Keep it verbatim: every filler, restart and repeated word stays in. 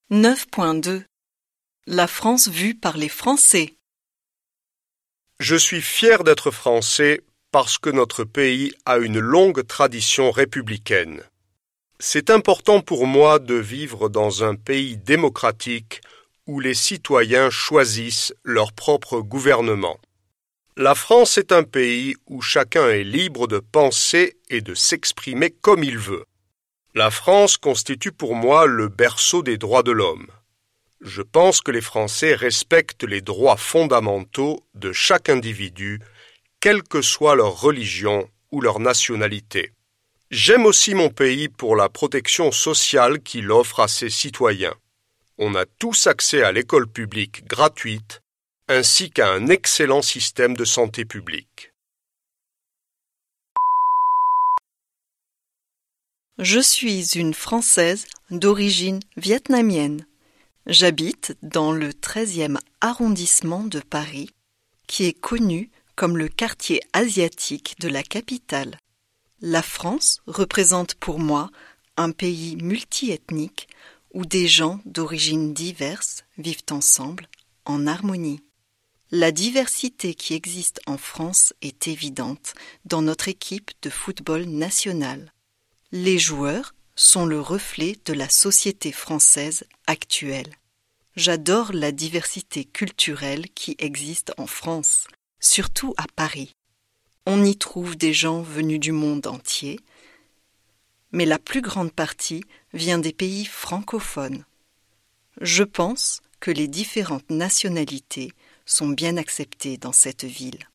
neuf point deux. La France vue par les Français. Je suis fier d'être français parce que notre pays a une longue tradition républicaine. C'est important pour moi de vivre dans un pays démocratique où les citoyens choisissent leur propre gouvernement. La France est un pays où chacun est libre de penser et de s'exprimer comme il veut. La France constitue pour moi le berceau des droits de l'homme. Je pense que les Français respectent les droits fondamentaux de chaque individu, quelle que soit leur religion ou leur nationalité. J'aime aussi mon pays pour la protection sociale qu'il offre à ses citoyens. On a tous accès à l'école publique gratuite, ainsi qu'à un excellent système de santé publique. Je suis une Française d'origine vietnamienne. J'habite dans le treizième arrondissement de Paris, qui est connu comme le quartier asiatique de la capitale. La France représente pour moi un pays multiethnique où des gens d'origines diverses vivent ensemble en harmonie. La diversité qui existe en France est évidente dans notre équipe de football nationale. Les joueurs sont le reflet de la société française actuelle. J'adore la diversité culturelle qui existe en France, surtout à Paris. On y trouve des gens venus du monde entier, mais la plus grande partie vient des pays francophones. Je pense que les différentes nationalités sont bien acceptées dans cette ville.